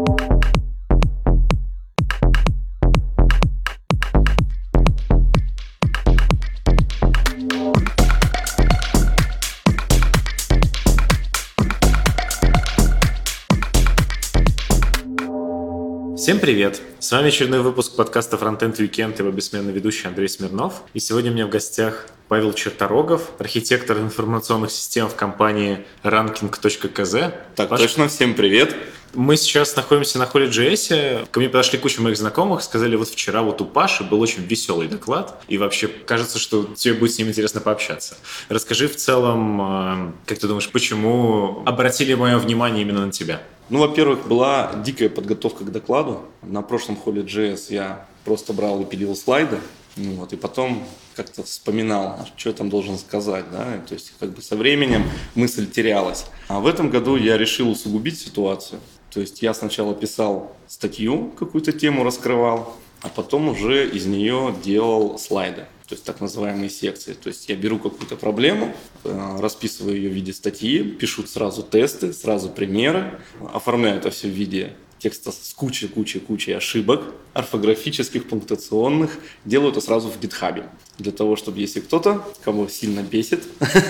Всем привет! С вами очередной выпуск подкаста Frontend Weekend и его бессменный ведущий Андрей Смирнов. И сегодня у меня в гостях Павел Черторогов, архитектор информационных систем в компании Ranking.kz. Так, точно, всем привет! Мы сейчас находимся на Holy.js. Ко мне подошли куча моих знакомых, сказали, вот вчера вот у Паши был очень веселый доклад, и вообще кажется, что тебе будет с ним интересно пообщаться. Расскажи в целом, как ты думаешь, почему обратили мое внимание именно на тебя? Ну, во-первых, была дикая подготовка к докладу. На прошлом Holy.js я просто брал и пилил слайды, и потом как-то вспоминал, что я там должен сказать, да, то есть как бы со временем мысль терялась. А в этом году я решил усугубить ситуацию, то есть я сначала писал статью, какую-то тему раскрывал, а потом уже из нее делал слайды. То есть так называемые секции. То есть я беру какую-то проблему, расписываю ее в виде статьи, пишу сразу тесты, сразу примеры, оформляю это все в виде текста с кучей ошибок, орфографических, пунктуационных. Делаю это сразу в GitHub. Для того, чтобы если кто-то, кого сильно бесит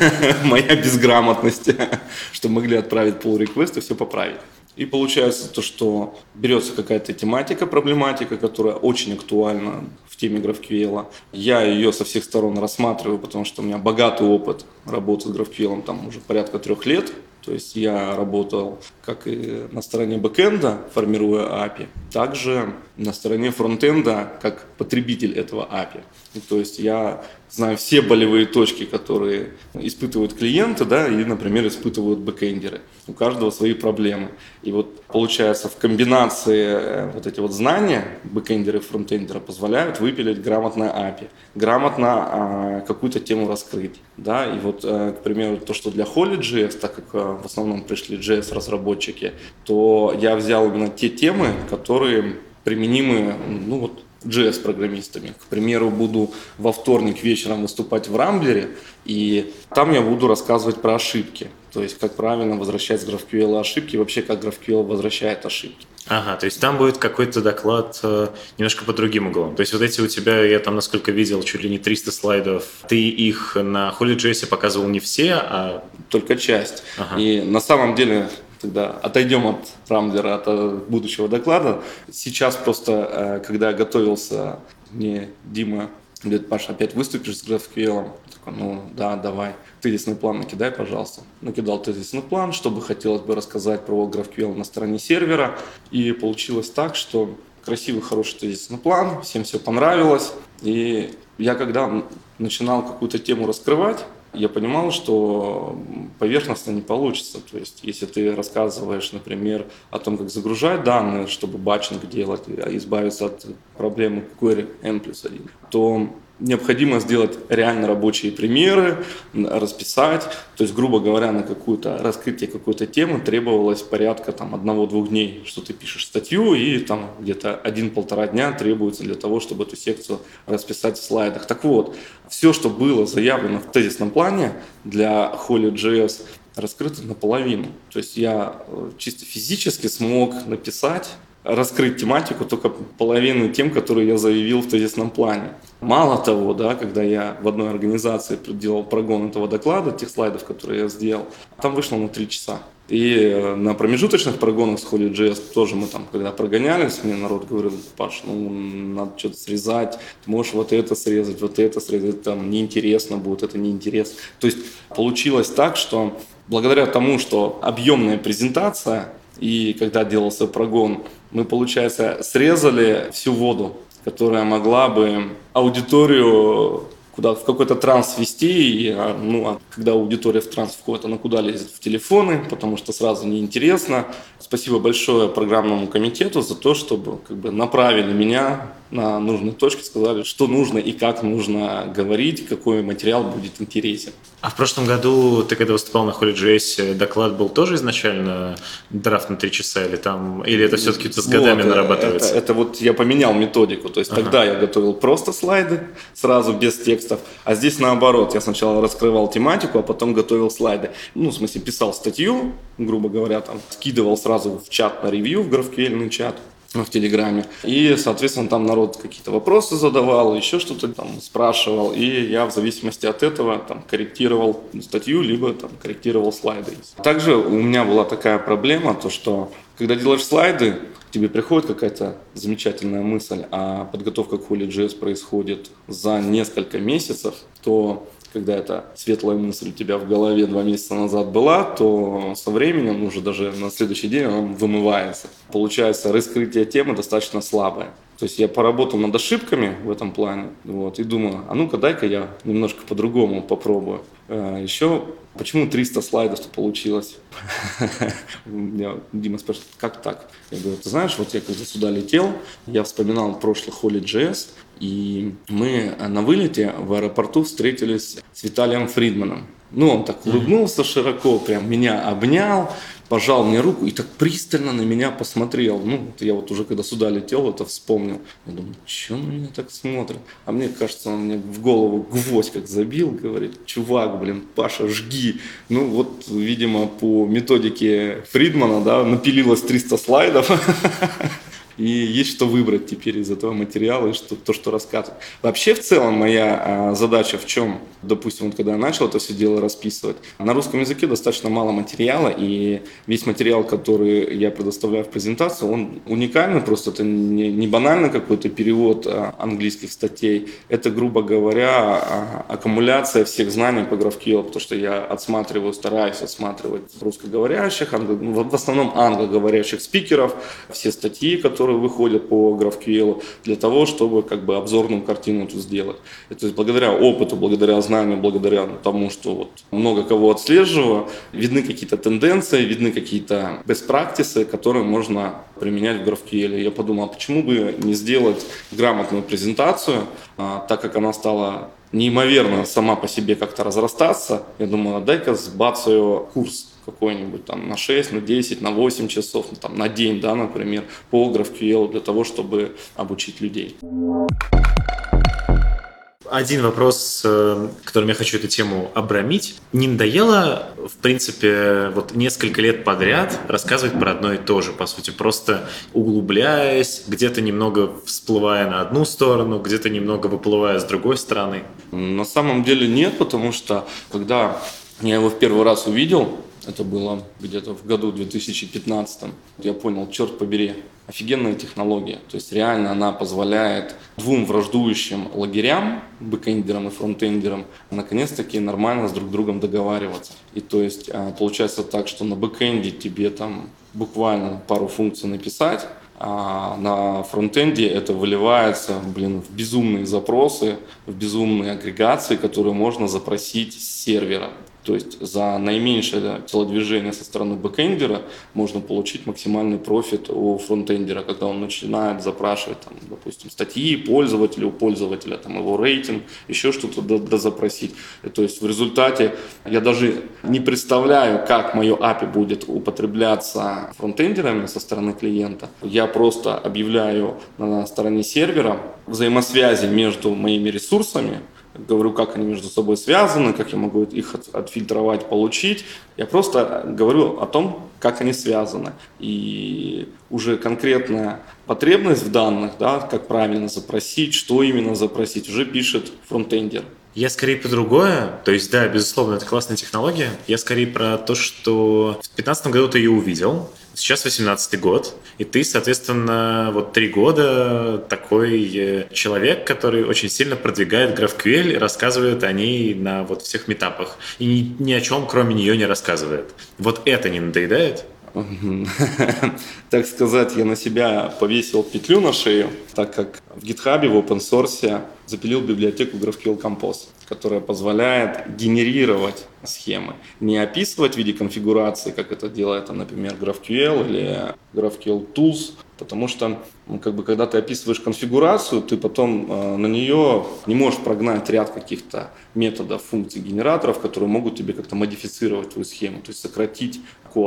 моя безграмотность, чтобы могли отправить pull request и все поправить. И получается то, что берется какая-то тематика, проблематика, которая очень актуальна в теме GraphQL. Я ее со всех сторон рассматриваю, потому что у меня богатый опыт работы с GraphQL, там уже порядка 3 лет. То есть я работал как и на стороне бэкэнда, формируя API, также на стороне фронтенда, как потребитель этого API. И то есть я знаю все болевые точки, которые испытывают клиенты, да, и, например, испытывают бэкэндеры. У каждого свои проблемы. И вот получается в комбинации вот эти вот знания бэкэндера и фронтендера позволяют выпилить грамотное API, грамотно какую-то тему раскрыть. Да? И вот, к примеру, то, что для Holy.js, так как в основном пришли JS-разработчики, то я взял именно те темы, которые применимы, JS-программистами. К примеру, буду во вторник вечером выступать в Рамблере, и там я буду рассказывать про ошибки. То есть, как правильно возвращать с GraphQL ошибки, и вообще, как GraphQL возвращает ошибки. Ага, то есть там будет какой-то доклад немножко по другим углам. То есть вот эти у тебя, я там насколько видел, чуть ли не 300 слайдов. Ты их на Holy.js показывал не все, а... Только часть. Ага. И на самом деле... Тогда отойдем от Рамблера, от будущего доклада. Сейчас просто, когда я готовился, мне Дима говорит: Паша, опять выступишь с GraphQL? Я такой, да, давай. Тезисный план накидай, пожалуйста. Накидал тезисный план, что бы хотелось бы рассказать про GraphQL на стороне сервера. И получилось так, что красивый, хороший тезисный план, всем все понравилось. И я когда начинал какую-то тему раскрывать, я понимал, что поверхностно не получится. То есть, если ты рассказываешь, например, о том, как загружать данные, чтобы батчинг делать, избавиться от проблемы query n+1, то необходимо сделать реально рабочие примеры, расписать. То есть, грубо говоря, на раскрытие какой-то темы требовалось порядка 1-2 дней, что ты пишешь статью, и там где-то 1-1,5 дня требуется для того, чтобы эту секцию расписать в слайдах. Так вот, все, что было заявлено в тезисном плане для Holy.js, раскрыто наполовину. То есть я чисто физически смог раскрыть тематику только половину тем, которые я заявил в тезисном плане. Мало того, да, когда я в одной организации делал прогон этого доклада, тех слайдов, которые я сделал, там вышло на 3 часа. И на промежуточных прогонах с Holy.js тоже мы там, когда прогонялись, мне народ говорил: Паш, надо что-то срезать, ты можешь вот это срезать, там неинтересно будет, это неинтересно. То есть получилось так, что благодаря тому, что объемная презентация, и когда делался прогон, мы, получается, срезали всю воду, которая могла бы аудиторию в какой-то транс ввести, когда аудитория в транс входит, она куда лезет? В телефоны, потому что сразу неинтересно. Спасибо большое программному комитету за то, чтобы направили меня на нужные точки, сказали, что нужно и как нужно говорить, какой материал будет интересен. А в прошлом году ты, когда выступал на Holy.js, доклад был тоже изначально драфт на 3 часа, или это все-таки с годами нарабатывается? Это вот я поменял методику, то есть тогда я готовил просто слайды, сразу без текста, текстов. А здесь наоборот, я сначала раскрывал тематику, а потом готовил слайды. Ну, в смысле, писал статью, грубо говоря, там, скидывал сразу в чат на ревью, в GraphQL чат в Телеграме. И, соответственно, там народ какие-то вопросы задавал, еще что-то там спрашивал. И я в зависимости от этого там корректировал статью, либо там корректировал слайды. Также у меня была такая проблема, то что когда делаешь слайды, тебе приходит какая-то замечательная мысль, а подготовка к Holy.js происходит за несколько месяцев, то когда эта светлая мысль у тебя в голове 2 месяца назад была, то со временем, уже даже на следующий день она вымывается. Получается, раскрытие темы достаточно слабое. То есть я поработал над ошибками в этом плане, вот, и думаю, а ну-ка дай-ка я немножко по-другому попробую. Еще, почему 300 слайдов-то получилось? Меня Дима спрашивает, как так? Я говорю, ты знаешь, вот я когда сюда летел, я вспоминал прошлый Holy.js, и мы на вылете в аэропорту встретились с Виталием Фридманом. Ну, он так улыбнулся широко, прям меня обнял, пожал мне руку и так пристально на меня посмотрел. Ну, я вот уже когда сюда летел, это вспомнил. Я думаю, что он на меня так смотрит? А мне кажется, он мне в голову гвоздь как забил, говорит, чувак, блин, Паша, жги. Ну, вот, видимо, по методике Фридмана, да, напилилось 300 слайдов. И есть что выбрать теперь из этого материала и то, что рассказывать. Вообще, в целом, моя задача в чем? Допустим, вот когда я начал это все дело расписывать, на русском языке достаточно мало материала, и весь материал, который я предоставляю в презентацию, он уникальный, просто это не банально какой-то перевод английских статей, это, грубо говоря, аккумуляция всех знаний по GraphQL, потому что я стараюсь отсматривать русскоговорящих, в основном англоговорящих спикеров, все статьи, которые выходят по GraphQL, для того, чтобы как бы обзорную картину тут сделать. И, то есть благодаря опыту, благодаря знанию, благодаря тому, что вот много кого отслеживаю, видны какие-то тенденции, видны какие-то best practices, которые можно применять в GraphQL. Я подумал, почему бы не сделать грамотную презентацию, так как она стала неимоверно сама по себе как-то разрастаться. Я думаю, дай-ка сбацаю курс какой-нибудь там на 6, на 10, на 8 часов, там, на день, да, например, по GraphQL для того, чтобы обучить людей. Один вопрос, которым я хочу эту тему обрамить. Не надоело, в принципе, вот несколько лет подряд рассказывать про одно и то же, по сути, просто углубляясь, где-то немного всплывая на одну сторону, где-то немного выплывая с другой стороны? На самом деле нет, потому что когда я его в первый раз увидел, это было где-то в году 2015, я понял, черт побери, офигенная технология. То есть реально она позволяет двум враждующим лагерям, бэкэндерам и фронтендерам, наконец-таки нормально с друг другом договариваться. И то есть получается так, что на бэкэнде тебе там буквально пару функций написать, а на фронтенде это выливается, в безумные запросы, в безумные агрегации, которые можно запросить с сервера. То есть за наименьшее телодвижение со стороны бэкэндера можно получить максимальный профит у фронтендера, когда он начинает запрашивать, там, допустим, статьи пользователя, у пользователя там, его рейтинг, еще что-то дозапросить. И то есть в результате я даже не представляю, как мое API будет употребляться фронтендерами со стороны клиента. Я просто объявляю на стороне сервера взаимосвязи между моими ресурсами, говорю, как они между собой связаны, как я могу их отфильтровать, получить. Я просто говорю о том, как они связаны. И уже конкретная потребность в данных, да, как правильно запросить, что именно запросить, уже пишет фронтендер. Я скорее про другое. То есть, да, безусловно, это классная технология. Я скорее про то, что в 2015 году ты ее увидел, сейчас 18-й год, и ты, соответственно, вот 3 года такой человек, который очень сильно продвигает GraphQL и рассказывает о ней на вот всех митапах. И ни о чем, кроме нее, не рассказывает. Вот это не надоедает? Так сказать, я на себя повесил петлю на шею, так как в GitHub, в open source запилил библиотеку GraphQL Compose, которая позволяет генерировать схемы. Не описывать в виде конфигурации, как это делает, например, GraphQL или GraphQL Tools, потому что когда ты описываешь конфигурацию, ты потом на нее не можешь прогнать ряд каких-то методов, функций, генераторов, которые могут тебе как-то модифицировать твою схему, то есть сократить код.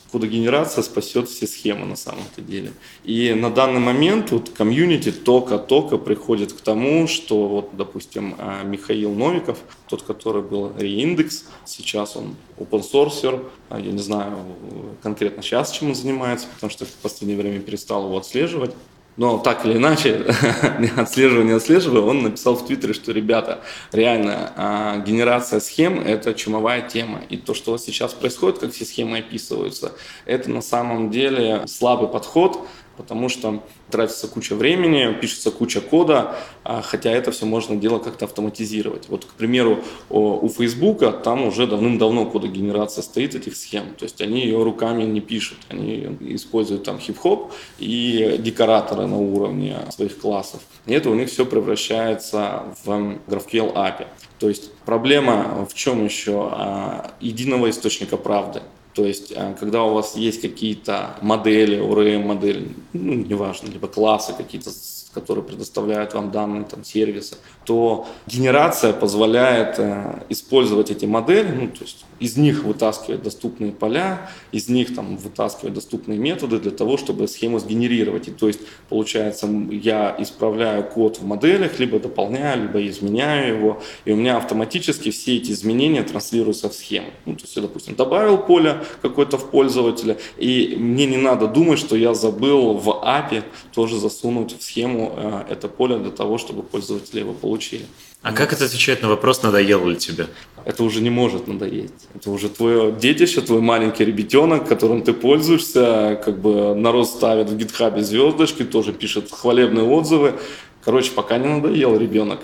Кодогенерация спасет все схемы на самом-то деле. И на данный момент вот комьюнити только-только приходит к тому, что вот, допустим, Михаил Новиков, тот, который был Re-Index, сейчас он open sourcer, я не знаю конкретно сейчас, чем он занимается, потому что в последнее время перестал его отслеживать. Но так или иначе, не отслеживая, он написал в Твиттере, что, ребята, реально генерация схем – это чумовая тема. И то, что сейчас происходит, как все схемы описываются, это на самом деле слабый подход, потому что тратится куча времени, пишется куча кода, хотя это все можно дело как-то автоматизировать. Вот, к примеру, у Фейсбука там уже давным-давно кодогенерация стоит этих схем, то есть они ее руками не пишут, они используют там хип-хоп и декораторы на уровне своих классов. И это у них все превращается в GraphQL API. То есть проблема в чем еще? Единого источника правды. То есть, когда у вас есть какие-то модели, ORM-модели, неважно, либо классы какие-то, которые предоставляют вам данные, там, сервисы, то генерация позволяет использовать эти модели, то есть из них вытаскивать доступные поля, из них там, вытаскивать доступные методы для того, чтобы схему сгенерировать. И, то есть, получается, я исправляю код в моделях, либо дополняю, либо изменяю его, и у меня автоматически все эти изменения транслируются в схему. То есть я, допустим, добавил поле какое-то в пользователя, и мне не надо думать, что я забыл в API тоже засунуть в схему это поле для того, чтобы пользователи его получили. А как это отвечает на вопрос, надоело ли тебе? Это уже не может надоесть. Это уже твое детище, твой маленький ребятенок, которым ты пользуешься, как бы народ ставит в гитхабе звездочки, тоже пишет хвалебные отзывы. Короче, пока не надоел ребенок.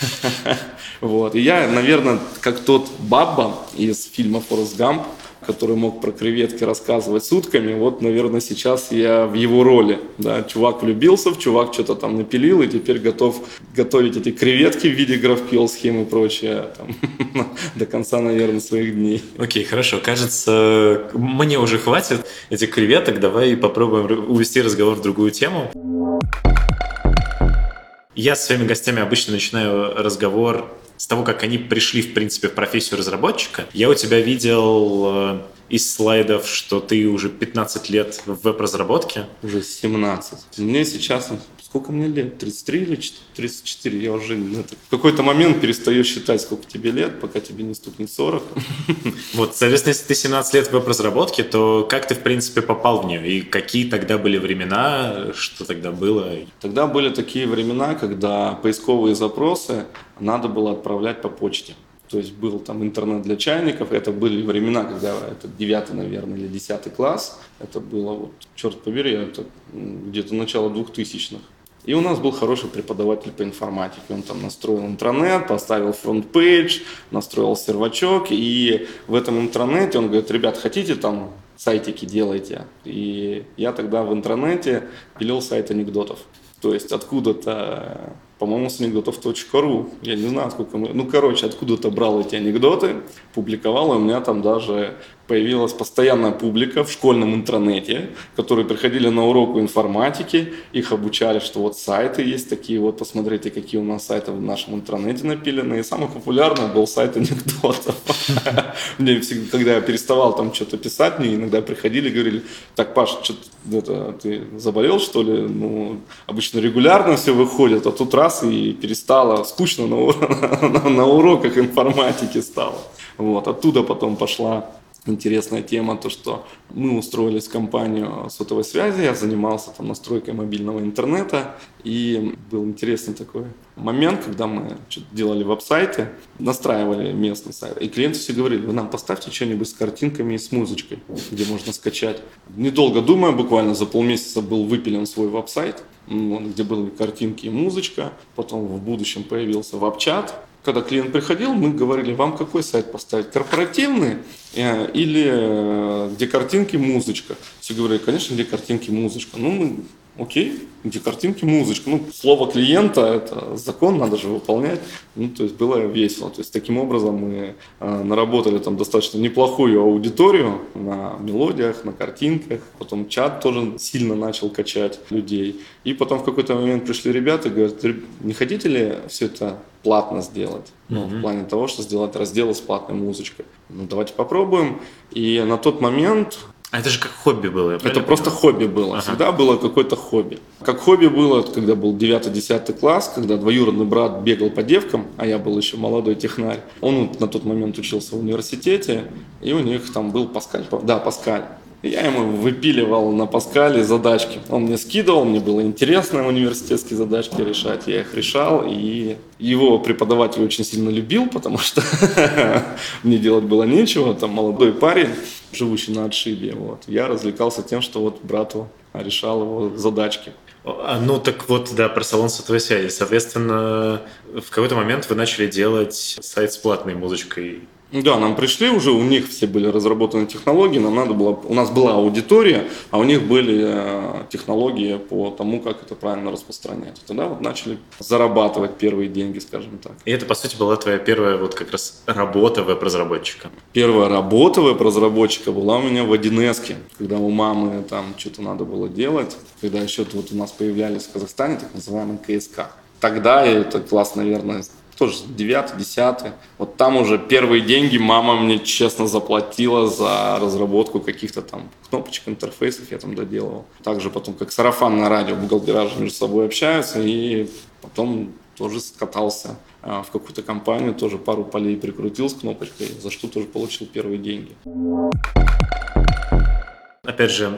Вот. И я, наверное, как тот Бабба из фильма «Форрест Гамп», который мог про креветки рассказывать сутками, вот, наверное, сейчас я в его роли. Да? Чувак влюбился, чувак что-то там напилил и теперь готов готовить эти креветки в виде GraphQL схем и прочее там, до конца, наверное, своих дней. Окей, хорошо. Кажется, мне уже хватит этих креветок. Давай попробуем увести разговор в другую тему. Я с своими гостями обычно начинаю разговор с того, как они пришли, в принципе, в профессию разработчика. Я у тебя видел из слайдов, что ты уже 15 лет в веб-разработке. Уже 17. Мне сейчас... Сколько мне лет? 33 или 34? Я уже в какой-то момент перестаю считать, сколько тебе лет, пока тебе не стукнет 40. Вот, соответственно, если ты 17 лет в веб-разработке, то как ты, в принципе, попал в нее? И какие тогда были времена? Что тогда было? Тогда были такие времена, когда поисковые запросы надо было отправлять по почте. То есть был там интернет для чайников. Это были времена, когда это 9, наверное, или 10 класс. Это было, вот, черт побери, это где-то начало 2000-х. И у нас был хороший преподаватель по информатике. Он там настроил интранет, поставил фронт-пейдж, настроил сервачок. И в этом интранете он говорит: ребят, хотите там сайтики делайте? И я тогда в интранете пилил сайт анекдотов. То есть откуда-то, по-моему, с анекдотов.ру, я не знаю, сколько мы... откуда-то брал эти анекдоты, публиковал, и у меня там даже появилась постоянная публика в школьном интранете, которые приходили на урок информатики, их обучали, что вот сайты есть такие, вот посмотрите, какие у нас сайты в нашем интранете напилены. И самый популярный был сайт анекдотов. Мне всегда, когда я переставал там что-то писать, мне иногда приходили и говорили: так, Паш, что-то ты заболел, что ли? Обычно регулярно все выходит, а тут раз и перестало, скучно на уроках информатики стало. Вот, оттуда потом пошла интересная тема, то что мы устроились в компанию сотовой связи, я занимался там настройкой мобильного интернета, и был интересный такой момент, когда мы что-то делали веб-сайты, настраивали местный сайт, и клиенты все говорили: вы нам поставьте что-нибудь с картинками и с музычкой, где можно скачать. Недолго думая, буквально за полмесяца был выпилен свой веб-сайт, где были картинки и музычка, потом в будущем появился веб-чат. Когда клиент приходил, мы говорили: вам какой сайт поставить, корпоративный или где картинки, музычка? Все говорили: конечно, где картинки, музычка. Окей, где картинки, музычка. Слово клиента – это закон, надо же выполнять. То есть было весело. То есть таким образом мы наработали там достаточно неплохую аудиторию на мелодиях, на картинках. Потом чат тоже сильно начал качать людей. И потом в какой-то момент пришли ребята и говорят: не хотите ли все это платно сделать? В плане того, что сделать разделы с платной музычкой. Давайте попробуем. И на тот момент А это же как хобби было, я Это правильно просто понимаю? хобби было. Ага. Всегда было какое-то хобби. Как хобби было, когда был 9-10 класс, когда двоюродный брат бегал по девкам, а я был еще молодой технарь. Он на тот момент учился в университете, и у них там был Паскаль. Да, Паскаль. И я ему выпиливал на Паскале задачки. Он мне скидывал, мне было интересно университетские задачки решать. Я их решал, и его преподаватель очень сильно любил, потому что мне делать было нечего. Там молодой парень, живущий на отшибе. Вот. Я развлекался тем, что вот брату решал его задачки. Ну, так вот, да, про салон сотовой связи. Соответственно, в какой-то момент вы начали делать сайт с платной музычкой. Да, нам пришли уже, у них все были разработаны технологии, нам надо было, у нас была аудитория, а у них были технологии по тому, как это правильно распространять. И тогда вот начали зарабатывать первые деньги, скажем так. И это, по сути, была твоя первая вот как раз работа веб-разработчика. Первая работа веб-разработчика была у меня в 1С, когда у мамы там что-то надо было делать, когда еще вот у нас появлялись в Казахстане так называемые КСК. Тогда, это класс, наверное, тоже 9-10. Вот там уже первые деньги мама мне честно заплатила за разработку каких-то там кнопочек, интерфейсов я там доделывал. Также потом, как сарафанное радио, бухгалтера же между собой общаются, и потом тоже скатался в какую-то компанию, тоже пару полей прикрутил с кнопочкой, за что тоже получил первые деньги. Опять же,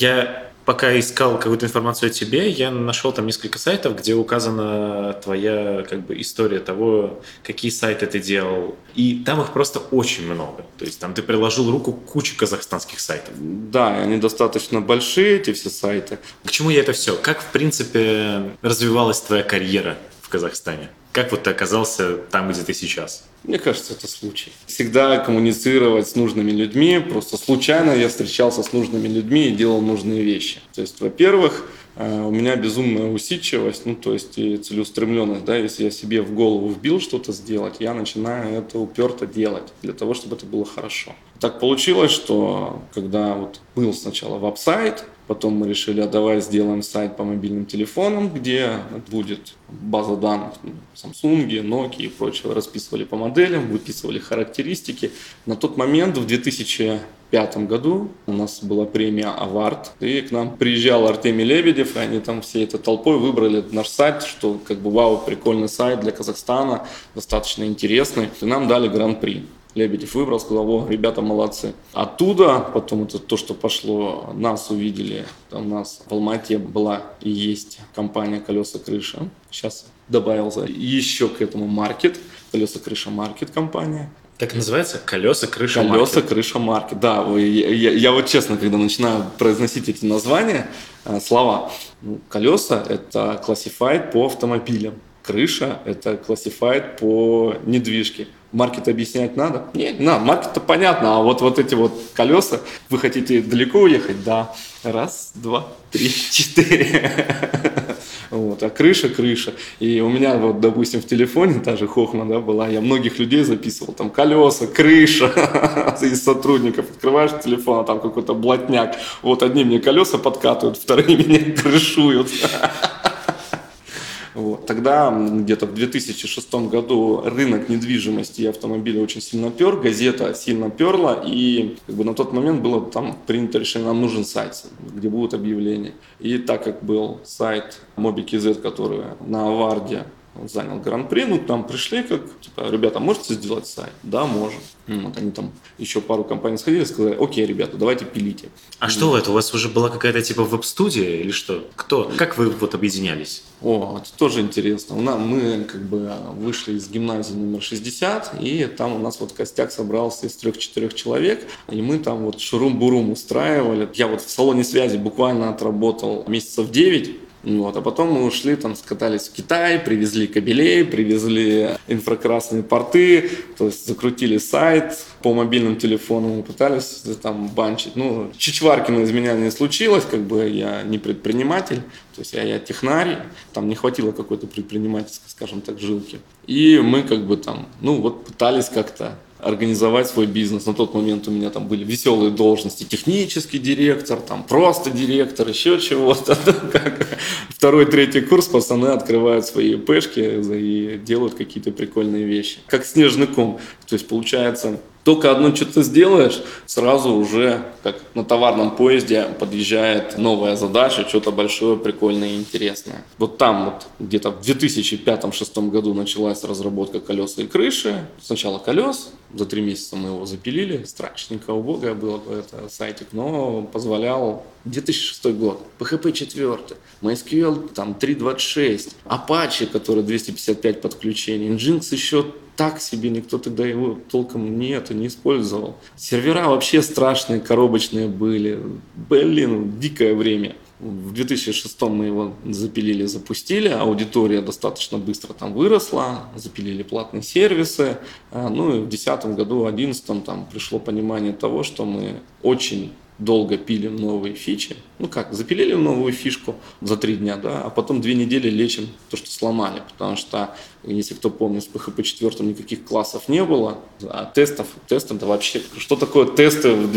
я пока искал какую-то информацию о тебе, я нашел там несколько сайтов, где указана твоя как бы история того, какие сайты ты делал. И там их просто очень много. То есть там ты приложил руку к куче казахстанских сайтов. Да, и они достаточно большие, эти все сайты. К чему я это все? Как, в принципе, развивалась твоя карьера в Казахстане? Как вот ты оказался там, где ты сейчас? Мне кажется, это случай. Всегда коммуницировать с нужными людьми. Просто случайно я встречался с нужными людьми и делал нужные вещи. То есть, во-первых, у меня безумная усидчивость, ну, то есть и целеустремленность, да, если я себе в голову вбил что-то сделать, я начинаю это уперто делать для того, чтобы это было хорошо. Так получилось, что когда вот был сначала веб-сайт, потом мы решили, а давай сделаем сайт по мобильным телефонам, где будет база данных Samsung, Nokia и прочего. Расписывали по моделям, выписывали характеристики. На тот момент, в 2005 году, у нас была премия «Авард», и к нам приезжал Артемий Лебедев, и они там всей этой толпой выбрали наш сайт, что как бы вау, прикольный сайт для Казахстана, достаточно интересный, и нам дали гран-при. Лебедев выбрал, сказал: о, ребята молодцы. Оттуда, потом это то, что пошло, нас увидели. Там у нас в Алмате была и есть компания «Колеса Крыша». Сейчас добавился еще к этому маркет. «Колеса Крыша Маркет» компания. Как называется? Колеса, крыша, «Колеса маркет. Крыша Маркет». Да, я вот честно, когда начинаю произносить эти названия, слова. Колеса – это classified по автомобилям. Крыша – это classified по недвижке. Маркет объяснять надо? Нет, не надо. Маркет-то понятно, а вот эти вот колеса, вы хотите далеко уехать? Да. Раз, два, три, четыре. Вот. А крыша. И у меня вот, допустим, в телефоне та же Хохма, да, была, я многих людей записывал, там колеса, крыша из сотрудников. Открываешь телефон, а там какой-то блатняк. Вот одни мне колеса подкатывают, вторые меня крышуют. Вот. Тогда, где-то в 2006 году, рынок недвижимости и автомобилей очень сильно пер, газета сильно перла, и как бы на тот момент было там принято решение, нам нужен сайт, где будут объявления. И так как был сайт Mobi.kz, который на Аварде занял гран-при, ну, к нам пришли, как, типа, ребята, можете сделать сайт? Да, можем. Вот они там еще пару компаний сходили и сказали: окей, ребята, давайте пилите. А что это? У вас уже была какая-то типа веб-студия или что? Кто? Как вы вот объединялись? О, это тоже интересно. Мы как бы вышли из гимназии номер 60, и там у нас вот костяк собрался из 3-4 человек, и мы там вот шурум-бурум устраивали. Я вот в салоне связи буквально отработал месяцев 9. Вот, а потом мы ушли, там скатались в Китай, привезли кабелей, привезли инфракрасные порты, то есть закрутили сайт по мобильным телефонам, пытались там банчить. Ну, чичваркина из меня не случилось, как бы я не предприниматель, то есть я технарь, там не хватило какой-то предпринимательской, скажем так, жилки. И мы как бы там, ну вот пытались как-то организовать свой бизнес. На тот момент у меня там были веселые должности: технический директор, там просто директор, еще чего-то. Второй, третий курс пацаны открывают свои ИПшки и делают какие-то прикольные вещи. Как снежный ком. То есть получается, Только одно что-то сделаешь, сразу уже, как на товарном поезде, подъезжает новая задача, что-то большое, прикольное и интересное. Вот там вот где-то в 2005-2006 году началась разработка колеса и крыши. Сначала колес, за 3 месяца мы его запилили, страшненько, убогое было это сайтик, но позволял. 2006 год, PHP 4, MySQL там 3.26, Apache, который 255 подключений, Nginx еще так себе, никто тогда его толком не использовал. Сервера вообще страшные, коробочные были. Блин, дикое время. В 2006 мы его запилили, запустили, аудитория достаточно быстро там выросла, запилили платные сервисы. Ну и в 2010 году, в 2011 там пришло понимание того, что мы очень долго пилим новые фичи. Ну как, запилили новую фишку за 3 дня, да, а потом 2 недели лечим то, что сломали. Потому что, если кто помнит, с PHP 4 никаких классов не было, а тесты это вообще... Что такое тесты в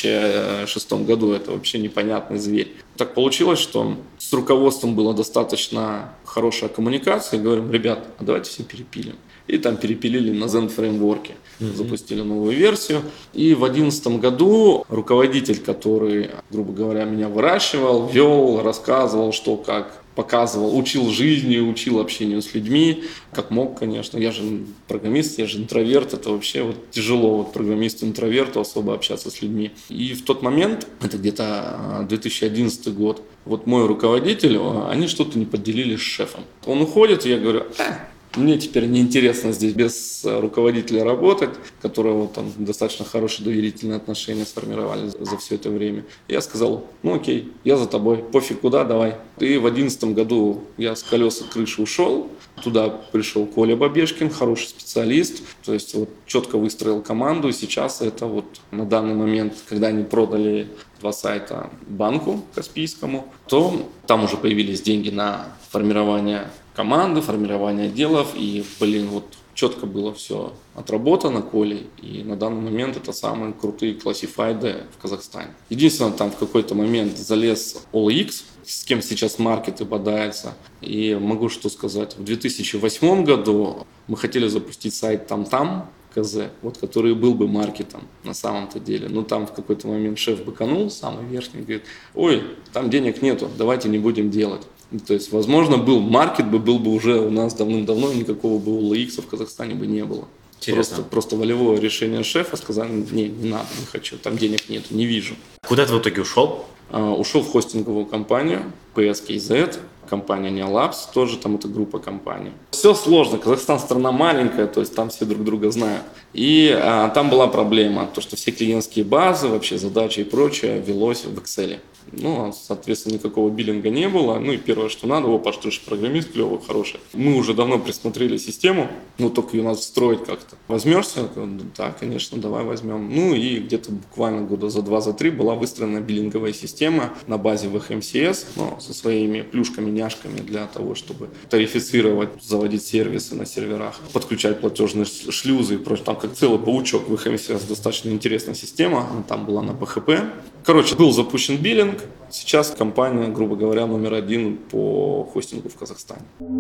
2006 году? Это вообще непонятный зверь. Так получилось, что с руководством была достаточно хорошая коммуникация. И говорим, ребят, а давайте все перепилим. И там перепилили на Zen фреймворке, запустили новую версию. И в 2011 году руководитель, который, грубо говоря, меня выращивал, вел, рассказывал, что как, показывал, учил жизни, учил общению с людьми, как мог, конечно. Я же программист, я же интроверт, это вообще вот тяжело вот программисту-интроверту особо общаться с людьми. И в тот момент, это где-то 2011 год, вот мой руководитель, они что-то не поделили с шефом. Он уходит, и я говорю, мне теперь неинтересно здесь без руководителя работать, которого там достаточно хорошие доверительные отношения сформировали за все это время. Я сказал, ну окей, я за тобой, пофиг куда, давай. И в 2011 году я с колеса крыши ушел, туда пришел Коля Бабешкин, хороший специалист, то есть вот четко выстроил команду, и сейчас это вот на данный момент, когда они продали 2 сайта банку Каспийскому, то там уже появились деньги на формирование команды, формирование отделов, и, вот четко было все отработано Колей, и на данный момент это самые крутые классифайды в Казахстане. Единственное, там в какой-то момент залез OLX, с кем сейчас маркеты бодаются, и могу что сказать, в 2008 году мы хотели запустить сайт там-там, КЗ, вот, который был бы маркетом на самом-то деле. Но там в какой-то момент шеф быканул, самый верхний, говорит, ой, там денег нету, давайте не будем делать. То есть, возможно, был маркет, был бы уже у нас давным-давно, никакого бы OLX в Казахстане бы не было. Просто волевое решение шефа, сказали, не надо, не хочу, там денег нету, не вижу. Куда ты в итоге ушел? Ушел в хостинговую компанию PSKZ, компания Neolabs, тоже там это группа компаний. Все сложно, Казахстан страна маленькая, то есть там все друг друга знают. И там была проблема, то что все клиентские базы, вообще задачи и прочее велось в Excel. Ну, соответственно, никакого биллинга не было. Ну и первое, что надо, Паш, ты же программист клевый, хороший. Мы уже давно присмотрели систему, но только ее надо строить как-то. Возьмешься? Да, конечно, давай возьмем. Ну и где-то буквально года за 2-3 была выстроена биллинговая система на базе VHMCS, но со своими плюшками-няшками для того, чтобы тарифицировать, заводить сервисы на серверах, подключать платежные шлюзы и прочее. Там как целый паучок VHMCS, достаточно интересная система, она там была на PHP. Короче, был запущен биллинг. Сейчас компания, грубо говоря, номер 1 по хостингу в Казахстане.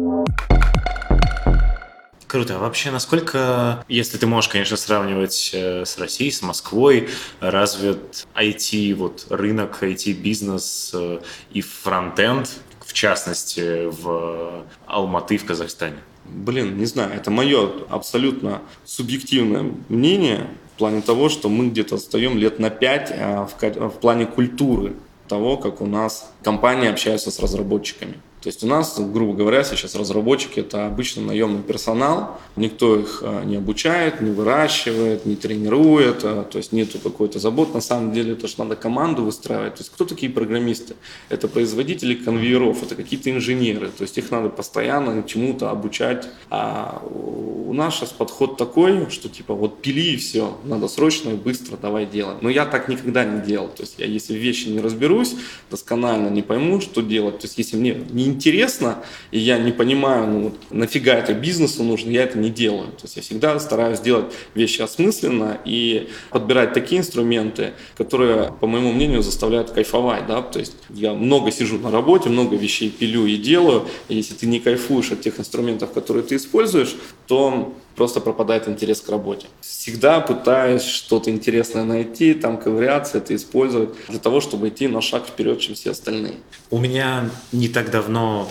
Круто. А вообще, насколько, если ты можешь, конечно, сравнивать с Россией, с Москвой, развит IT, вот рынок, IT-бизнес и фронтенд, в частности, в Алматы, в Казахстане? Блин, не знаю, это мое абсолютно субъективное мнение в плане того, что мы где-то отстаем лет на 5 в плане культуры того, как у нас компании общаются с разработчиками. То есть у нас, грубо говоря, сейчас разработчики – это обычно наемный персонал, никто их не обучает, не выращивает, не тренирует, то есть нету какой-то заботы. На самом деле это же надо команду выстраивать. То есть кто такие программисты? Это производители конвейеров, это какие-то инженеры, то есть их надо постоянно чему-то обучать. А у нас сейчас подход такой, что типа вот пили и все, надо срочно и быстро давай делать. Но я так никогда не делал. То есть я если в вещи не разберусь, досконально не пойму, что делать, то есть если мне не интересно, и я не понимаю, ну, вот, нафига это бизнесу нужно, я это не делаю. То есть я всегда стараюсь делать вещи осмысленно и подбирать такие инструменты, которые, по моему мнению, заставляют кайфовать. Да? То есть я много сижу на работе, много вещей пилю и делаю, и если ты не кайфуешь от тех инструментов, которые ты используешь, то просто пропадает интерес к работе. Всегда пытаюсь что-то интересное найти, там ковыряться, это использовать для того, чтобы идти на шаг вперед, чем все остальные. У меня не так давно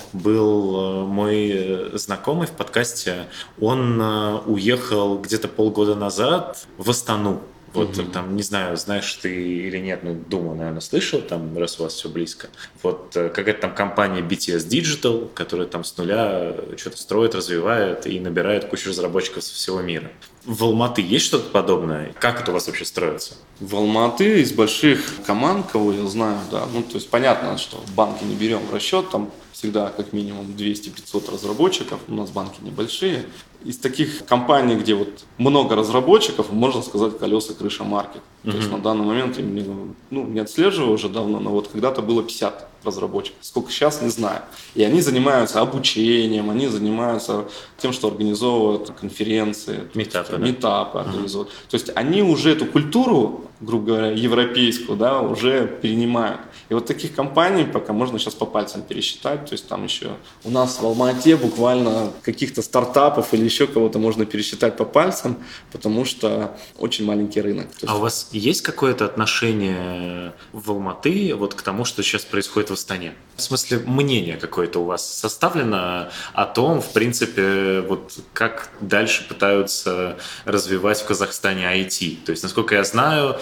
был мой знакомый в подкасте. Он уехал где-то полгода назад в Астану. Вот там, не знаю, знаешь ты или нет, ну, думаю, наверное, слышал, там, раз у вас все близко. Вот какая-то там компания BTS Digital, которая там с нуля что-то строит, развивает и набирает кучу разработчиков со всего мира. В Алматы есть что-то подобное? Как это у вас вообще строится? В Алматы из больших команд, кого я знаю, да, ну, то есть понятно, что банки не берем в расчет, там всегда как минимум 200-500 разработчиков, у нас банки небольшие. Из таких компаний, где вот много разработчиков, можно сказать, колеса крыша маркет. То есть на данный момент я не отслеживаю уже давно, но вот когда-то было 50 разработчиков. Сколько сейчас, не знаю. И они занимаются обучением, они занимаются тем, что организовывают конференции, митапы организовывают. То есть они уже эту культуру, грубо говоря, европейскую, да, уже перенимают. И вот таких компаний пока можно сейчас по пальцам пересчитать. То есть там еще у нас в Алма-Ате буквально каких-то стартапов или еще кого-то можно пересчитать по пальцам, потому что очень маленький рынок. То есть... А у вас есть какое-то отношение в Алматы вот к тому, что сейчас происходит в Астане? В смысле, мнение какое-то у вас составлено о том, в принципе, вот как дальше пытаются развивать в Казахстане IT? То есть, насколько я знаю,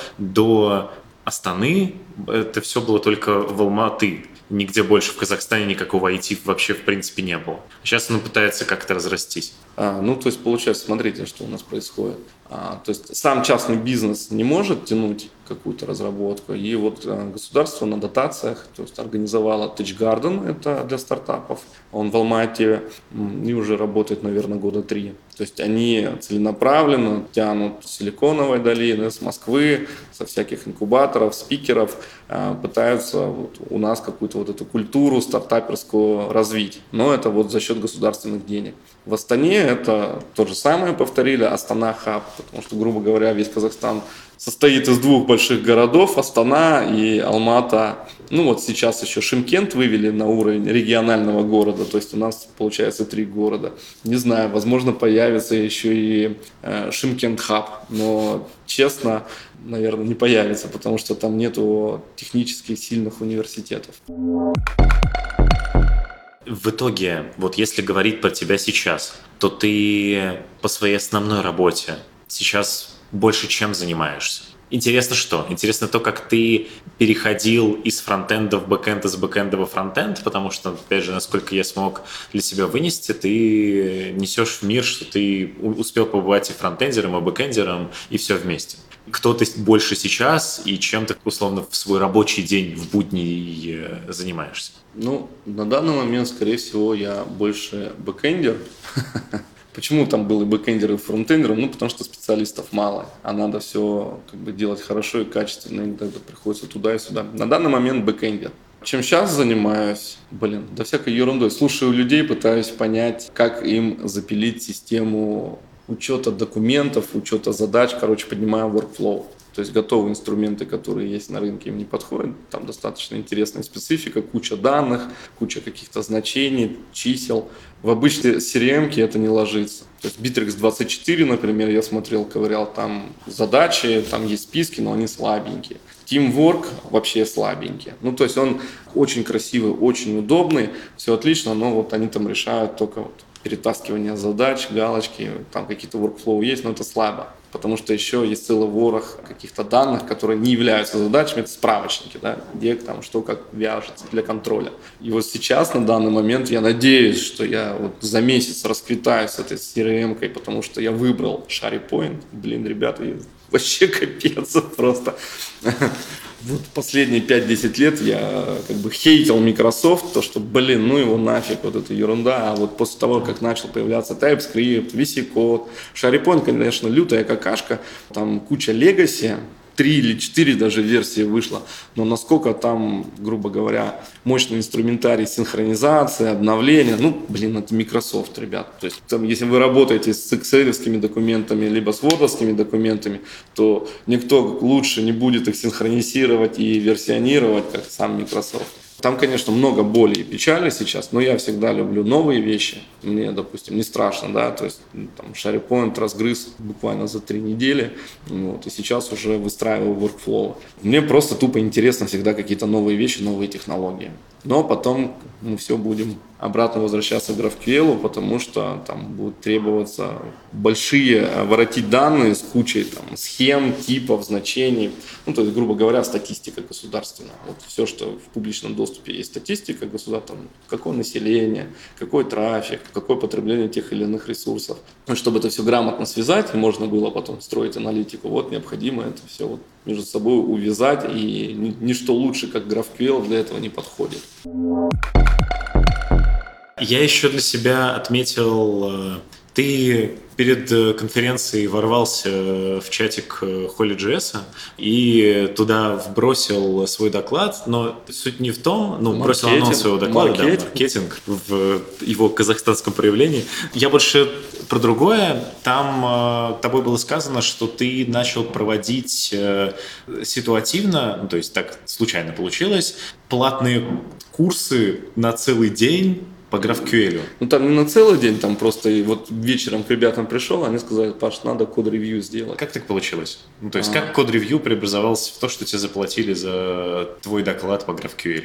до Астаны это все было только в Алматы. Нигде больше в Казахстане никакого IT вообще в принципе не было. Сейчас оно пытается как-то разрастись. То есть, получается, смотрите, что у нас происходит. То есть, сам частный бизнес не может тянуть какую-то разработку, и вот государство на дотациях, то есть, организовало Tech Garden, это для стартапов. Он в Алма-Ате и уже работает, наверное, года 3. То есть, они целенаправленно тянут с Силиконовой долины, с Москвы, со всяких инкубаторов, спикеров, пытаются вот у нас какую-то вот эту культуру стартаперскую развить. Но это вот за счет государственных денег. В Астане это то же самое повторили, Астана хаб, потому что, грубо говоря, весь Казахстан состоит из двух больших городов, Астана и Алмата. Ну вот сейчас еще Шымкент вывели на уровень регионального города, то есть у нас получается 3 города. Не знаю, возможно появится еще и Шымкент хаб, но честно, наверное, не появится, потому что там нету технически сильных университетов. В итоге, вот если говорить про тебя сейчас, то ты по своей основной работе сейчас больше чем занимаешься? Интересно что? Интересно то, как ты переходил из фронтенда в бэкенд, из бэкенда во фронтенд, потому что, опять же, насколько я смог для себя вынести, ты несешь в мир, что ты успел побывать и фронтендером, и бэкендером, и все вместе. Кто ты больше сейчас и чем ты, условно, в свой рабочий день в будни занимаешься? На данный момент, скорее всего, я больше бэкэндер. Почему там был и бэкэндер, и фронтендер? Потому что специалистов мало, а надо все делать хорошо и качественно, иногда приходится туда и сюда. На данный момент бэкэндер. Чем сейчас занимаюсь? Да всякой ерундой. Слушаю людей, пытаюсь понять, как им запилить систему учета документов, учета задач, поднимаю workflow. То есть готовые инструменты, которые есть на рынке, им не подходят. Там достаточно интересная специфика, куча данных, куча каких-то значений, чисел. В обычной CRM-ке это не ложится. То есть Bittrex 24, например, я смотрел, ковырял, там задачи, там есть списки, но они слабенькие. Teamwork вообще слабенький. То есть он очень красивый, очень удобный, все отлично, но вот они там решают только перетаскивание задач, галочки, там какие-то workflow есть, но это слабо. Потому что еще есть целый ворох каких-то данных, которые не являются задачами, это справочники, да, где там что как вяжется для контроля. И вот сейчас, на данный момент, я надеюсь, что я вот за месяц расквитаюсь с этой CRM-кой, потому что я выбрал SharePoint. Ребята, вообще капец просто. Вот последние 5-10 лет я хейтил Microsoft, то что, его нафиг, вот эта ерунда. А вот после того, как начал появляться TypeScript, VC-код, SharePoint, конечно, лютая какашка, там куча legacy, 3 или 4 даже версии вышло, но насколько там, грубо говоря, мощный инструментарий синхронизации, обновления, это Microsoft, ребят. То есть, там, если вы работаете с Excel-овскими документами, либо с Word-овскими документами, то никто лучше не будет их синхронизировать и версионировать, как сам Microsoft. Там, конечно, много боли и печали сейчас, но я всегда люблю новые вещи. Мне, допустим, не страшно, да, то есть там SharePoint разгрыз буквально за 3 недели, вот, и сейчас уже выстраиваю workflow. Мне просто тупо интересно всегда какие-то новые вещи, новые технологии. Но потом мы все будем обратно возвращаться к GraphQL, потому что там будут требоваться большие воротить данные с кучей там, схем, типов, значений. Ну, то есть, грубо говоря, статистика государственная. Вот все, что в публичном доступе есть статистика государственная, какое население, какой трафик, какое потребление тех или иных ресурсов. Ну, чтобы это все грамотно связать, и можно было потом строить аналитику, вот необходимо это все вот между собой увязать, и ничто лучше, как GraphQL, для этого не подходит. Я еще для себя отметил, ты перед конференцией ворвался в чатик Holy.js и туда вбросил свой доклад, но суть не в том, бросил анонс своего доклада, да, маркетинг в его казахстанском проявлении. Я больше про другое. Там тобой было сказано, что ты начал проводить ситуативно, то есть так случайно получилось, платные курсы на целый день по GraphQL. Ну, там не на целый день, там просто вот вечером к ребятам пришел, они сказали: Паш, надо код-ревью сделать. Как так получилось? Ну, то есть, как код-ревью преобразовался в то, что тебе заплатили за твой доклад по GraphQL?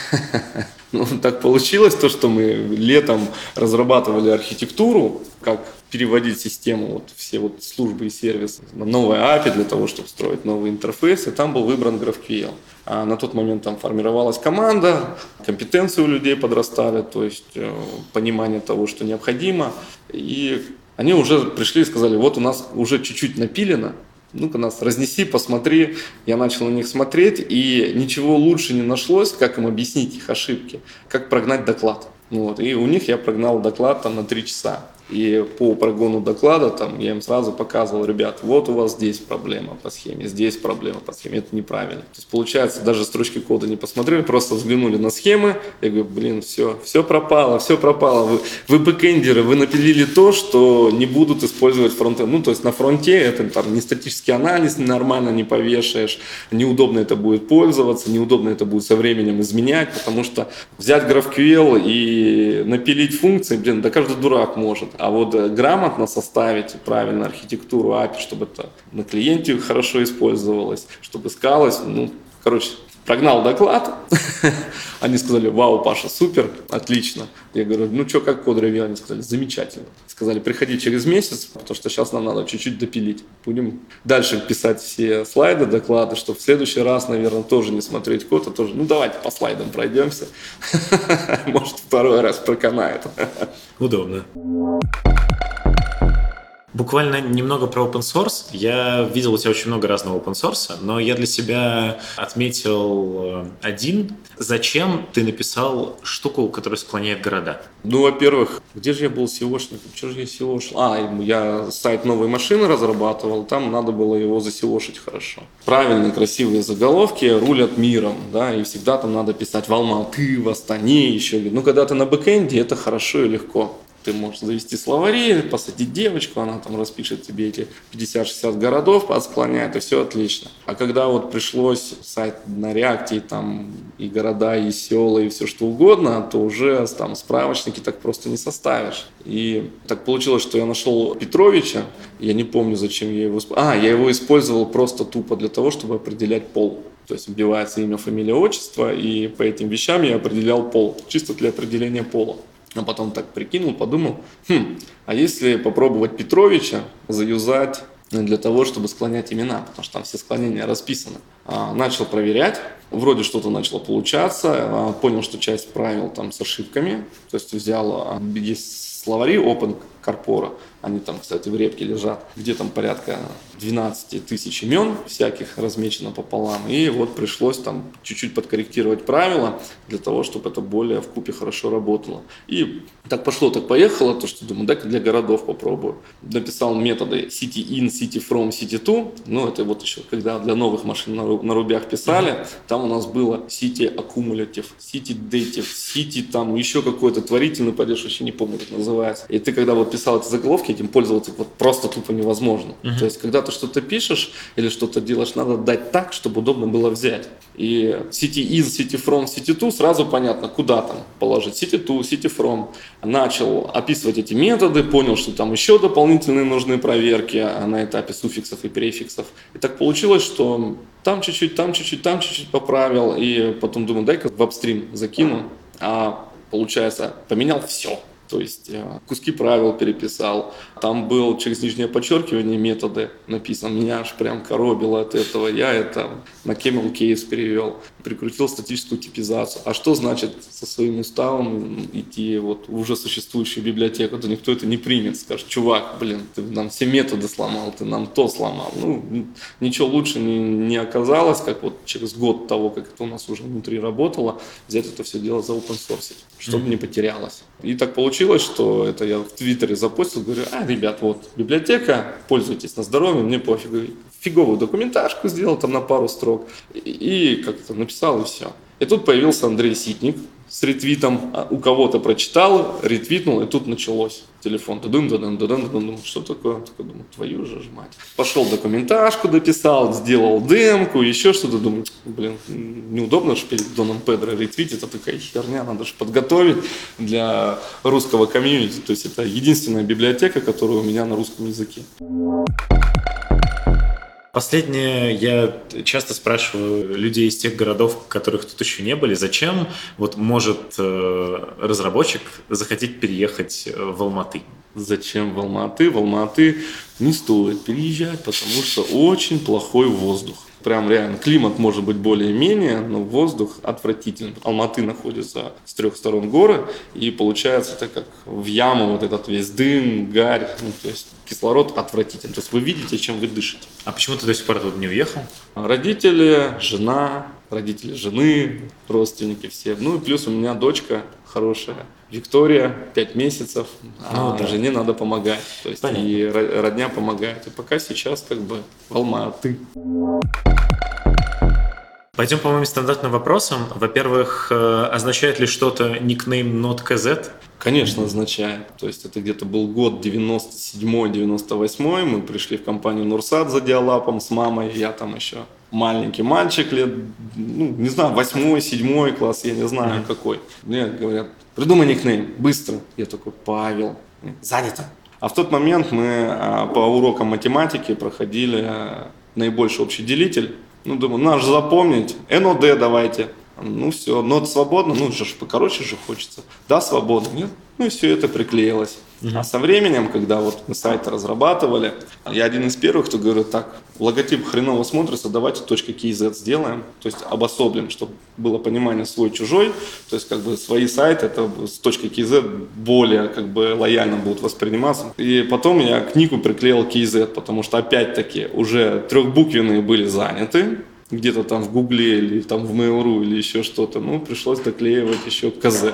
Ну, так получилось, то, что мы летом разрабатывали архитектуру, как переводить систему, вот все вот службы и сервисы на новое API для того, чтобы строить новый интерфейс, и там был выбран GraphQL. А на тот момент там формировалась команда, компетенции у людей подрастали, то есть понимание того, что необходимо, и они уже пришли и сказали: вот у нас уже чуть-чуть напилено, ну-ка нас разнеси, посмотри. Я начал на них смотреть, и ничего лучше не нашлось, как им объяснить их ошибки, как прогнать доклад. Вот. И у них я прогнал доклад там на 3 часа. И по прогону доклада там, я им сразу показывал: ребят, вот у вас здесь проблема по схеме, здесь проблема по схеме, это неправильно. То есть получается, даже строчки кода не посмотрели, просто взглянули на схемы. Я говорю: блин, все пропало, все пропало. Вы бэкэндеры, вы напилили то, что не будут использовать фронтенд. Ну, то есть на фронте это там не статический анализ, нормально не повешаешь, неудобно это будет пользоваться, неудобно это будет со временем изменять, потому что взять GraphQL и напилить функции, блин, да каждый дурак может. А вот грамотно составить правильно архитектуру API, чтобы это на клиенте хорошо использовалось, чтобы искалось, прогнал доклад, они сказали: вау, Паша, супер, отлично. Я говорю: ну что, как код-ревью? Они сказали: замечательно. Сказали: приходи через месяц, потому что сейчас нам надо чуть-чуть допилить. Будем дальше писать все слайды, доклады, чтобы в следующий раз, наверное, тоже не смотреть код, а тоже, давайте по слайдам пройдемся. Может, второй раз проканает. Удобно. Буквально немного про open source. Я видел у тебя очень много разного open source, но я для себя отметил один. Зачем ты написал штуку, которая склоняет города? Ну, во-первых, где же я был SEOшником? Что же я SEO шел? Я сайт новой машины разрабатывал, там надо было его засеошить хорошо. Правильные, красивые заголовки рулят миром, да, и всегда там надо писать в Алматы, в Астане, еще. Ну, когда ты на бэкэнде, это хорошо и легко. Ты можешь завести словари, посадить девочку, она там распишет тебе эти 50-60 городов, отсклоняет, и все отлично. А когда вот пришлось сайт на React, и там и города, и села, и все что угодно, то уже там справочники так просто не составишь. И так получилось, что я нашел Петровича, я не помню, зачем я его использовал. Я его использовал просто тупо для того, чтобы определять пол. То есть вбивается имя, фамилия, отчество, и по этим вещам я определял пол, чисто для определения пола. А потом так прикинул, подумал: а если попробовать Петровича заюзать для того, чтобы склонять имена, потому что там все склонения расписаны. Начал проверять, вроде что-то начало получаться, понял, что часть правил там с ошибками, то есть взял, есть словари Open Corpora, они там, кстати, в репке лежат, где там порядка 12 тысяч имен всяких размечено пополам, и вот пришлось там чуть-чуть подкорректировать правила для того, чтобы это более вкупе хорошо работало. И так пошло, так поехало, то что думаю, дай-ка для городов попробую. Написал методы city in, city from, city to, это вот еще когда для новых машин на рубях писали, там у нас было city accumulative, city dative, city там еще какой-то творительный падеж, вообще не помню, как называется. И ты когда вот писал эти заголовки, этим пользоваться вот просто тупо невозможно. То есть, когда ты что-то пишешь или что-то делаешь, надо дать так, чтобы удобно было взять. И сети in, сети from, сети to сразу понятно, куда там положить. Сети to, сети from. Начал описывать эти методы, понял, что там еще дополнительные нужны проверки на этапе суффиксов и префиксов. И так получилось, что там чуть-чуть, там чуть-чуть, там чуть-чуть поправил. И потом думаю, дай-ка в апстрим закину. А получается, поменял все. То есть куски правил переписал. Там был через нижнее подчеркивание методы написано. Меня аж прям коробило от этого. Я это на Camel Case перевел. Прикрутил статическую типизацию. А что значит со своим уставом идти вот в уже существующую библиотеку? То никто это не примет. Скажет, чувак, блин, ты нам все методы сломал, ты нам то сломал. Ну, ничего лучше не оказалось, как вот через год того, как это у нас уже внутри работало, взять это все дело за open source, чтобы не потерялось. И так получилось, что это я в Твиттере запостил, говорю, ребят, вот библиотека, пользуйтесь на здоровье, мне пофигу. Фиговую документашку сделал там на пару строк и как-то написал, и все. И тут появился Андрей Ситник с ретвитом, у кого-то прочитал, ретвитнул, и тут началось. Телефон, думаю, что такое? Думаю, твою же мать. Пошел документашку дописал, сделал демку, еще что-то, думаю, блин, неудобно же перед Доном Педро ретвитить, это такая херня, надо же подготовить для русского комьюнити. То есть это единственная библиотека, которая у меня на русском языке. Последнее, я часто спрашиваю людей из тех городов, в которых тут еще не были, зачем вот может разработчик захотеть переехать в Алматы? Зачем в Алматы? В Алматы не стоит переезжать, потому что очень плохой воздух. Прям реально, климат может быть более-менее, но воздух отвратительный. Алматы находится с 3 сторон горы, и получается это как в яму вот этот весь дым, гарь, то есть кислород отвратительный. То есть вы видите, чем вы дышите. А почему ты до сих пор тут не уехал? Родители, жена, родители жены, родственники все. Ну и плюс у меня дочка хорошая, Виктория, 5 месяцев, а жене надо помогать. То есть понятно. И родня помогает. И пока сейчас как бы в Алматы. Пойдем по моим стандартным вопросам. Во-первых, означает ли что-то никнейм Node.kz? Конечно, означает. То есть это где-то был год 97-98. Мы пришли в компанию Нурсат за диалапом с мамой. Я там еще маленький мальчик лет, не знаю, 8-7 класс, я не знаю какой. Мне говорят, придумай никнейм, быстро. Я такой, Павел. Занято. А в тот момент мы по урокам математики проходили наибольший общий делитель. Думаю, надо же запомнить. НОД давайте. Все, нод свободно. Покороче же хочется. Да, свободно. Нет? И все это приклеилось. А со временем, когда вот мы сайты разрабатывали, я один из первых, кто говорит, так, логотип хреново смотрится, давайте .kz сделаем, то есть обособлим, чтобы было понимание свой-чужой, то есть как бы свои сайты это с .kz более как бы лояльно будут восприниматься. И потом я к нику приклеил KZ, потому что опять-таки уже трехбуквенные были заняты, где-то там в Гугле или там в Mail.ru или еще что-то, пришлось доклеивать еще КЗ.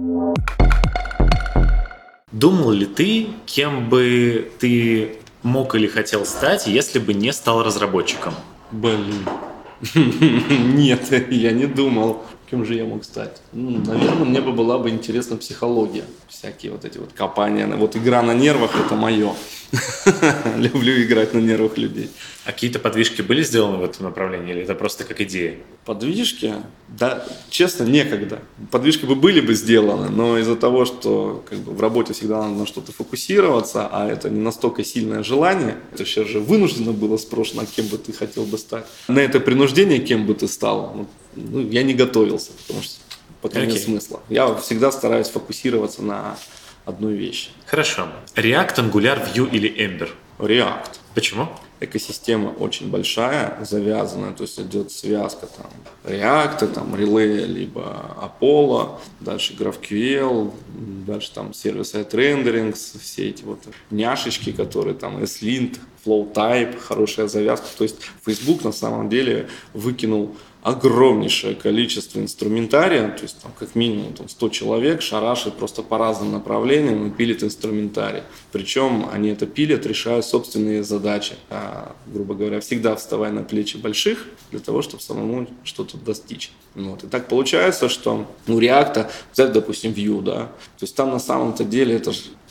Думал ли ты, кем бы ты мог или хотел стать, если бы не стал разработчиком? Блин. Нет, я не думал, кем же я мог стать. Наверное, мне бы была бы интересна психология. Всякие вот эти вот копания. Вот игра на нервах – это мое. Люблю играть на нервах людей. А какие-то подвижки были сделаны в этом направлении, или это просто как идея? Подвижки? Да, честно, некогда. Подвижки были бы сделаны, но из-за того, что как бы в работе всегда надо на что-то фокусироваться, а это не настолько сильное желание, это сейчас же вынуждено было спрошено, кем бы ты хотел бы стать. На это принуждение, кем бы ты стал, я не готовился, потому что пока нет смысла. Я всегда стараюсь фокусироваться на одной вещи. Хорошо. React, Angular, Vue или Ember? React. Почему? Экосистема очень большая, завязанная, то есть идет связка там React, там Relay, либо Apollo, дальше GraphQL, дальше там сервис-сайд рендеринг, все эти вот няшечки, которые там SLint, FlowType, хорошая завязка. То есть Facebook на самом деле выкинул огромнейшее количество инструментария, то есть там как минимум 100 человек шарашит просто по разным направлениям и пилит инструментарий. Причем они это пилят, решают собственные задачи, грубо говоря, всегда вставая на плечи больших для того, чтобы самому что-то достичь. И так получается, что у React, взять, допустим, Vue, да, то есть там на самом-то деле это же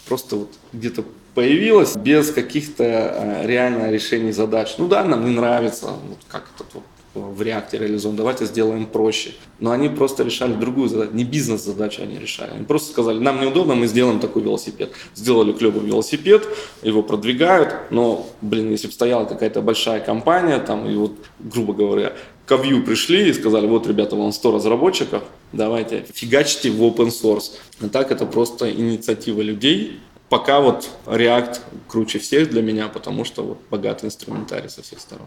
просто вот где-то появилась без каких-то реально решений задач. Ну да, нам не нравится, вот как это вот в React реализован, давайте сделаем проще. Но они просто решали другую задачу, не бизнес-задачу они решали. Они просто сказали, нам неудобно, мы сделаем такой велосипед. Сделали клевый велосипед, его продвигают, но, если бы стояла какая-то большая компания, там, и вот, грубо говоря, к Vue пришли и сказали, вот, ребята, вон 100 разработчиков, давайте фигачьте в open source. А так это просто инициатива людей. Пока вот React круче всех для меня, потому что вот богатый инструментарий со всех сторон.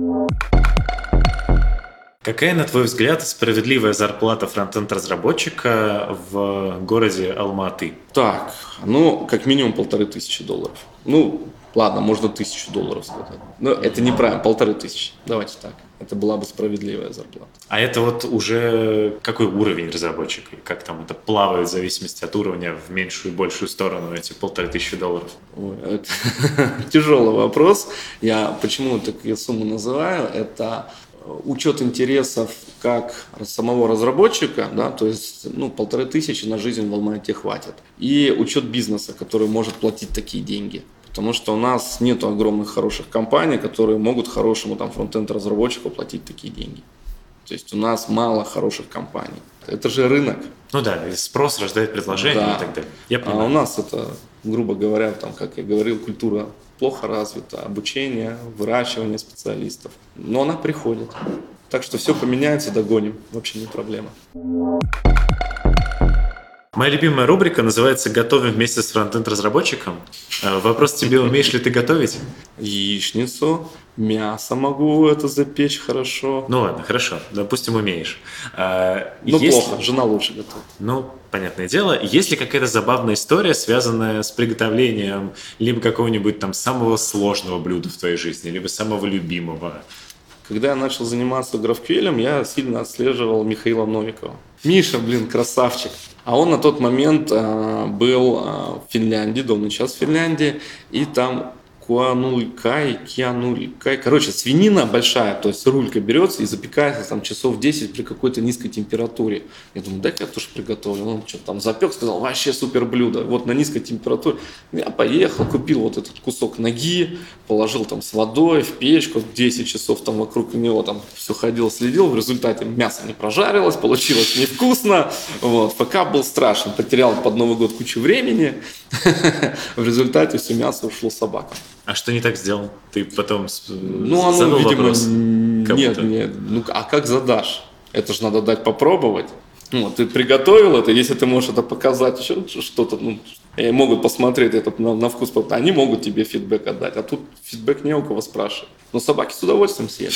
Какая, на твой взгляд, справедливая зарплата фронтенд-разработчика в городе Алма-Аты? Так, как минимум $1500. Ладно, можно $1000 сказать. Но это неправильно, 1500. Давайте так. Это была бы справедливая зарплата. А это вот уже какой уровень разработчика? Как там это плавает в зависимости от уровня в меньшую и большую сторону эти $1500? Ой, это тяжелый вопрос. Я почему такие суммы называю? Это учет интересов как самого разработчика, да, то есть 1500 на жизнь в Алма-Ате хватит. И учет бизнеса, который может платить такие деньги. Потому что у нас нет огромных хороших компаний, которые могут хорошему фронтенд-разработчику платить такие деньги. То есть у нас мало хороших компаний. Это же рынок. Ну да, спрос рождает предложение, да, и так далее. Я понимаю. А у нас это, грубо говоря, как я говорил, культура плохо развита, обучение, выращивание специалистов. Но она приходит. Так что все поменяется, догоним. Вообще не проблема. Моя любимая рубрика называется «Готовим вместе с фронтенд-разработчиком». Вопрос тебе, умеешь ли ты готовить? Яичницу, мясо могу это запечь хорошо. Ну ладно, хорошо, допустим, умеешь. Плохо, жена лучше готовит. Понятное дело. Есть ли какая-то забавная история, связанная с приготовлением либо какого-нибудь самого сложного блюда в твоей жизни, либо самого любимого? Когда я начал заниматься GraphQL, я сильно отслеживал Михаила Новикова. Миша, красавчик. А он на тот момент был в Финляндии, да, он и сейчас в Финляндии, и там кианулькай, свинина большая, то есть рулька берется и запекается часов 10 при какой-то низкой температуре. Я думаю, дай-ка я тоже приготовлю. Он что-то там запек, сказал, вообще супер блюдо. Вот на низкой температуре. Я поехал, купил вот этот кусок ноги, положил с водой в печку, 10 часов вокруг него все ходил, следил. В результате мясо не прожарилось, получилось невкусно. Вот. ФК был страшен, потерял под Новый год кучу времени. В результате все мясо ушло собакам. А что не так сделал? Ты потом задал вопрос? Нет. А как задашь? Это же надо дать попробовать. Ты приготовил это, если ты можешь это показать, еще что-то, могут посмотреть это на вкус, они могут тебе фидбэк отдать, а тут фидбэк не у кого спрашивать. Но собаки с удовольствием съели.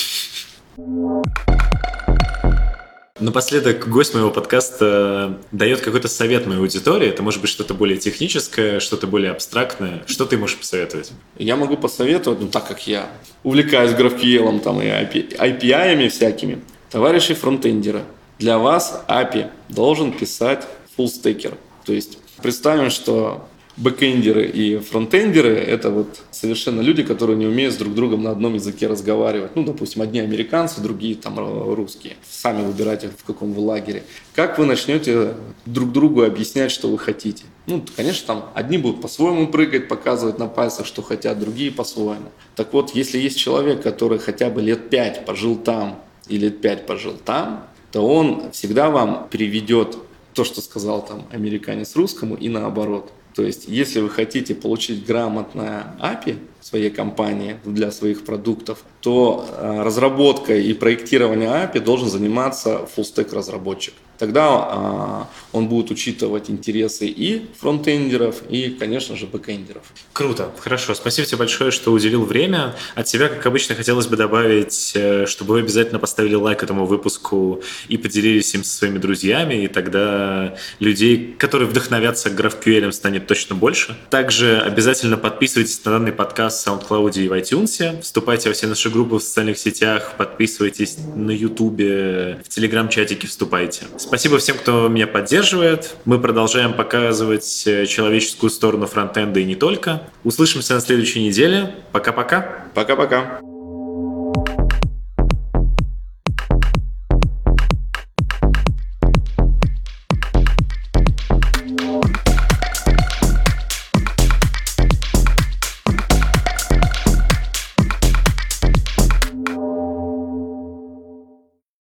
Напоследок гость моего подкаста дает какой-то совет моей аудитории. Это может быть что-то более техническое, что-то более абстрактное. Что ты можешь посоветовать? Я могу посоветовать, так как я увлекаюсь GraphQL и API-ами всякими. Товарищи фронтендеры, для вас API должен писать фуллстекер. То есть представим, что бэкэндеры и фронтендеры – это совершенно люди, которые не умеют с друг другом на одном языке разговаривать. Допустим, одни американцы, другие русские. Сами выбирайте, в каком вы лагере. Как вы начнете друг другу объяснять, что вы хотите? Конечно, одни будут по-своему прыгать, показывать на пальцах, что хотят, другие по-своему. Так вот, если есть человек, который хотя бы лет 5 пожил там и лет 5 пожил там, то он всегда вам переведет то, что сказал американец русскому, и наоборот. То есть, если вы хотите получить грамотное API в своей компании для своих продуктов, то разработкой и проектированием API должен заниматься фуллстек разработчик. Тогда он будет учитывать интересы и фронтендеров, и, конечно же, бэкэндеров. Круто, хорошо. Спасибо тебе большое, что уделил время. От себя, как обычно, хотелось бы добавить, чтобы вы обязательно поставили лайк этому выпуску и поделились им со своими друзьями, и тогда людей, которые вдохновятся GraphQL, станет точно больше. Также обязательно подписывайтесь на данный подкаст в SoundCloud и в iTunes. Вступайте во все наши группы в социальных сетях, подписывайтесь на YouTube, в Telegram-чатике вступайте. Спасибо всем, кто меня поддерживает. Мы продолжаем показывать человеческую сторону фронтенда и не только. Услышимся на следующей неделе. Пока-пока. Пока-пока.